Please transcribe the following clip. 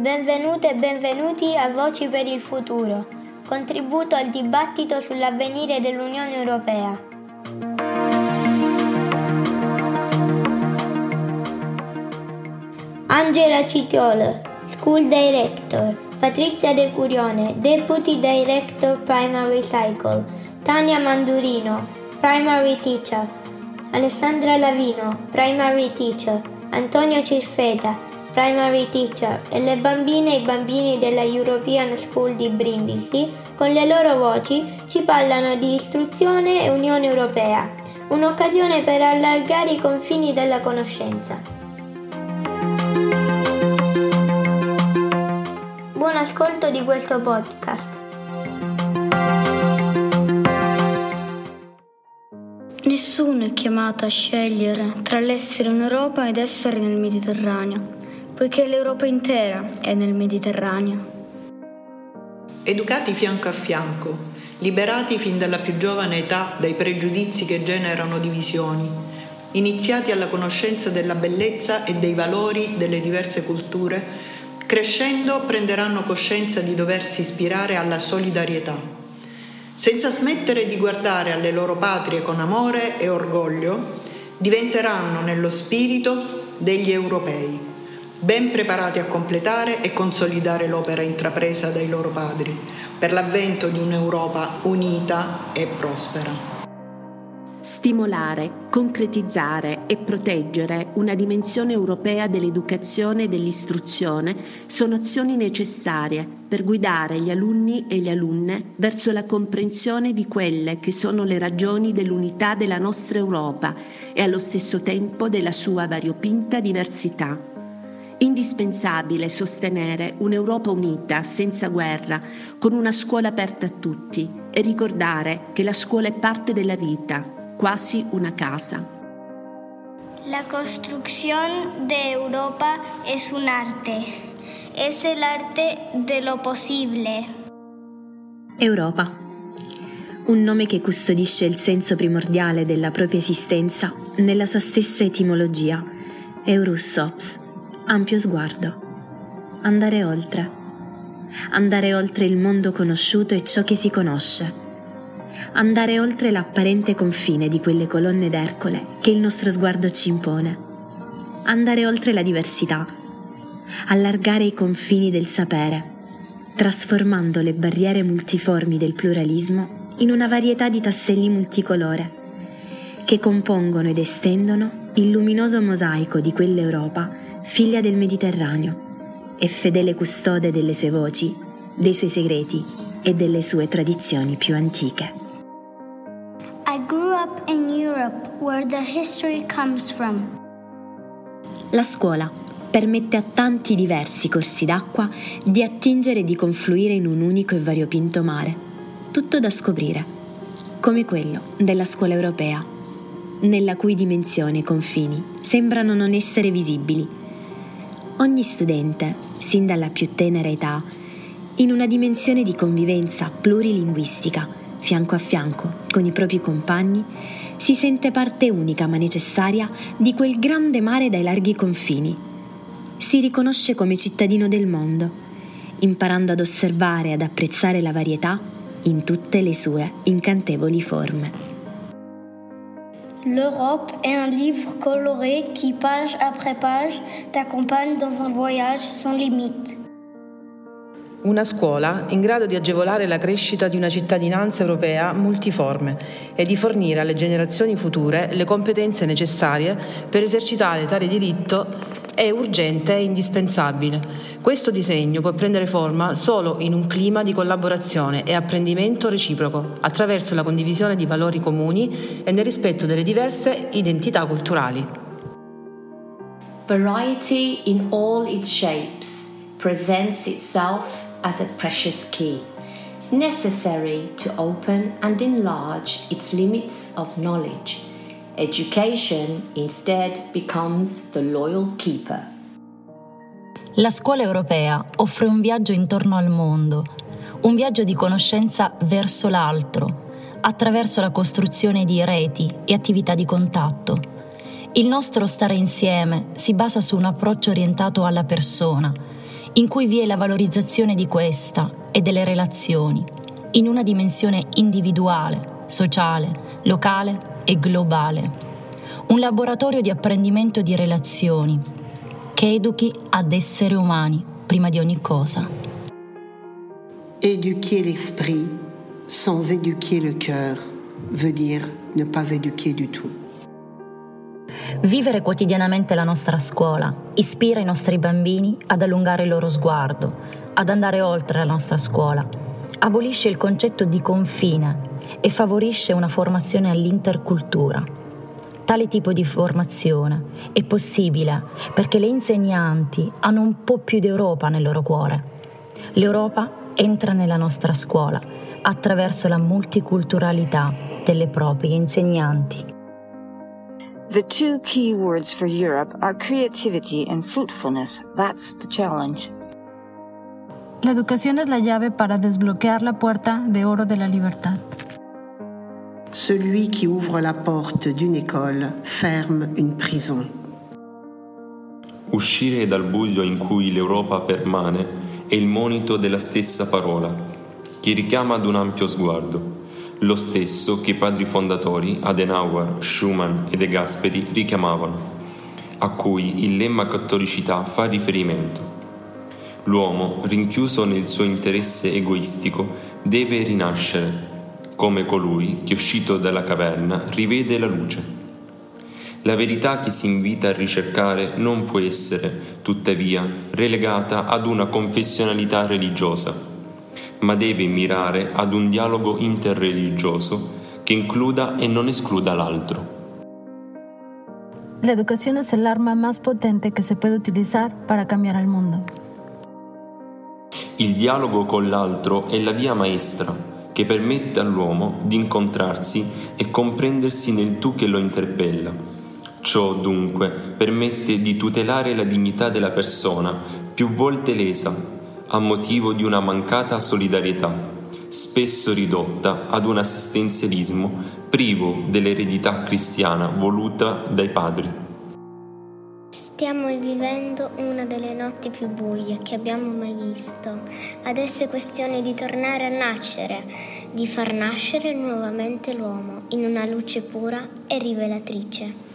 Benvenute e benvenuti a Voci per il Futuro, contributo al dibattito sull'avvenire dell'Unione Europea. Angela Citiolo, School Director, Patrizia De Curione, Deputy Director Primary Cycle, Tania Mandurino, Primary Teacher, Alessandra Lavino, Primary Teacher, Antonio Cirfeta, Primary Teacher e le bambine e i bambini della European School di Brindisi, con le loro voci ci parlano di istruzione e Unione Europea, un'occasione per allargare i confini della conoscenza. Buon ascolto di questo podcast. Nessuno è chiamato a scegliere tra l'essere in Europa ed essere nel Mediterraneo, poiché l'Europa intera è nel Mediterraneo. Educati fianco a fianco, liberati fin dalla più giovane età dai pregiudizi che generano divisioni, iniziati alla conoscenza della bellezza e dei valori delle diverse culture, crescendo prenderanno coscienza di doversi ispirare alla solidarietà. Senza smettere di guardare alle loro patrie con amore e orgoglio, diventeranno nello spirito degli europei, ben preparati a completare e consolidare l'opera intrapresa dai loro padri, per l'avvento di un'Europa unita e prospera. Stimolare, concretizzare e proteggere una dimensione europea dell'educazione e dell'istruzione sono azioni necessarie per guidare gli alunni e le alunne verso la comprensione di quelle che sono le ragioni dell'unità della nostra Europa e allo stesso tempo della sua variopinta diversità. Indispensabile sostenere un'Europa unita, senza guerra, con una scuola aperta a tutti e ricordare che la scuola è parte della vita, quasi una casa. La construcción de Europa es un arte. Es el arte de lo possibile. Europa. Un nome che custodisce il senso primordiale della propria esistenza nella sua stessa etimologia. Eurus, ampio sguardo. Andare oltre. Andare oltre il mondo conosciuto e ciò che si conosce. Andare oltre l'apparente confine di quelle colonne d'Ercole che il nostro sguardo ci impone. Andare oltre la diversità. Allargare i confini del sapere, trasformando le barriere multiformi del pluralismo in una varietà di tasselli multicolore che compongono ed estendono il luminoso mosaico di quell'Europa, figlia del Mediterraneo e fedele custode delle sue voci, dei suoi segreti e delle sue tradizioni più antiche. I grew up in Europe, where the history comes from. La scuola permette a tanti diversi corsi d'acqua di attingere e di confluire in un unico e variopinto mare, tutto da scoprire, come quello della scuola europea, nella cui dimensione e confini sembrano non essere visibili. Ogni studente, sin dalla più tenera età, in una dimensione di convivenza plurilinguistica, fianco a fianco con i propri compagni, si sente parte unica ma necessaria di quel grande mare dai larghi confini. Si riconosce come cittadino del mondo, imparando ad osservare e ad apprezzare la varietà in tutte le sue incantevoli forme. L'Europe est un livre coloré qui, page après page, t'accompagne dans un voyage sans limite. Una scuola in grado di agevolare la crescita di una cittadinanza europea multiforme e di fornire alle generazioni future le competenze necessarie per esercitare tale diritto è urgente e indispensabile. Questo disegno può prendere forma solo in un clima di collaborazione e apprendimento reciproco, attraverso la condivisione di valori comuni e nel rispetto delle diverse identità culturali. Variety in all its shapes presents itself as a precious key, necessary to open and enlarge its limits of knowledge. Education instead becomes the loyal keeper. La scuola europea offre un viaggio intorno al mondo, un viaggio di conoscenza verso l'altro, attraverso la costruzione di reti e attività di contatto. Il nostro stare insieme si basa su un approccio orientato alla persona, in cui vi è la valorizzazione di questa e delle relazioni, in una dimensione individuale, sociale, locale e globale. Un laboratorio di apprendimento di relazioni che educhi ad essere umani prima di ogni cosa. Éduquer l'esprit sans éduquer le cœur veut dire ne pas éduquer du tout. Vivere quotidianamente la nostra scuola ispira i nostri bambini ad allungare il loro sguardo, ad andare oltre la nostra scuola, abolisce il concetto di confine e favorisce una formazione all'intercultura. Tale tipo di formazione è possibile perché le insegnanti hanno un po' più d'Europa nel loro cuore. L'Europa entra nella nostra scuola attraverso la multiculturalità delle proprie insegnanti. The two key words for Europe are creativity and fruitfulness. That's the challenge. La educación es la llave para desbloquear la puerta de oro de la libertad. Celui qui ouvre la porte d'une école ferme une prison. Uscire dal buio in cui l'Europa permane è il monito della stessa parola, che richiama ad un ampio sguardo, lo stesso che i padri fondatori Adenauer, Schuman e De Gasperi richiamavano, a cui il lemma cattolicità fa riferimento. L'uomo, rinchiuso nel suo interesse egoistico, deve rinascere, come colui che uscito dalla caverna rivede la luce. La verità che si invita a ricercare non può essere, tuttavia, relegata ad una confessionalità religiosa, ma deve mirare ad un dialogo interreligioso que includa e non escluda l'altro. La educación es el arma más potente que se puede utilizar para cambiar al mundo. Il dialogo con l'altro è la via maestra che permette all'uomo di incontrarsi e comprendersi nel tu che lo interpella. Ciò, dunque, permette di tutelare la dignità della persona, più volte lesa, a motivo di una mancata solidarietà, spesso ridotta ad un assistenzialismo privo dell'eredità cristiana voluta dai padri. Stiamo vivendo una delle notti più buie che abbiamo mai visto. Adesso è questione di tornare a nascere, di far nascere nuovamente l'uomo in una luce pura e rivelatrice.